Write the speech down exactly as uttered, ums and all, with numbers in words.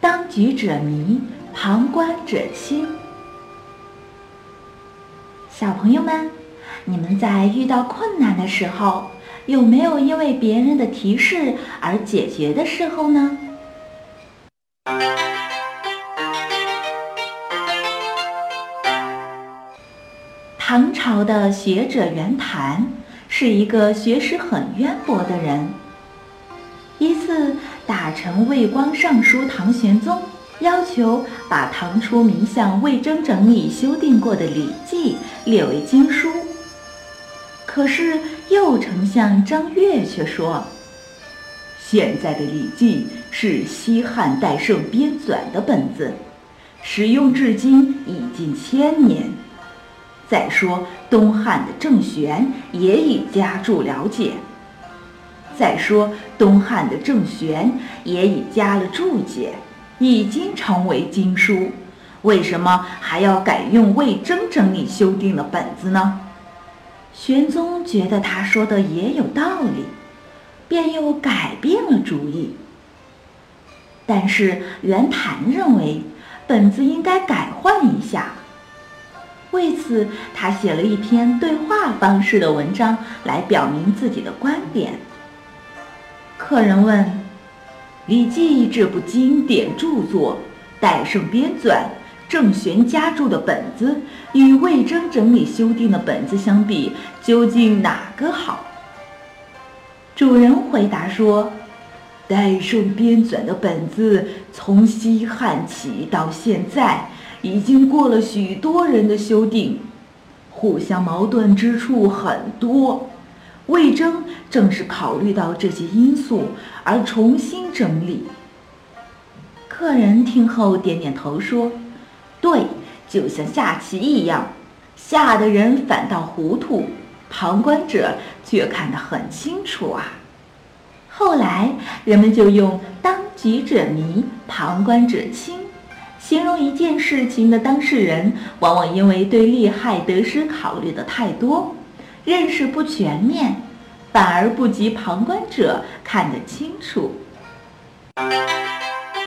当局者迷，旁观者清。小朋友们，你们在遇到困难的时候，有没有因为别人的提示而解决的时候呢？唐朝的学者袁谭是一个学识很渊博的人。一次，大臣魏光上书唐玄宗，要求把唐初名相魏征整理修订过的《礼记》列为经书。可是右丞相张悦却说，现在的《礼记》是西汉戴胜编纂的本子，使用至今已近千年。再说东汉的郑玄也已加注了解，再说东汉的郑玄也已加了注解，已经成为经书，为什么还要改用魏征整理修订的本子呢？玄宗觉得他说的也有道理，便又改变了主意。但是袁谭认为本子应该改换一下，为此他写了一篇对话方式的文章来表明自己的观点。客人问，《礼记》这部经典著作，戴胜编纂，郑玄加注的本子，与魏征整理修订的本子相比，究竟哪个好？主人回答说，戴胜编纂的本子从西汉起到现在，已经过了许多人的修订，互相矛盾之处很多。魏征正是考虑到这些因素而重新整理。客人听后点点头说，对，就像下棋一样，下的人反倒糊涂，旁观者却看得很清楚啊。后来人们就用当局者迷，旁观者清，形容一件事情的当事人往往因为对利害得失考虑的太多，认识不全面，反而不及旁观者看得清楚。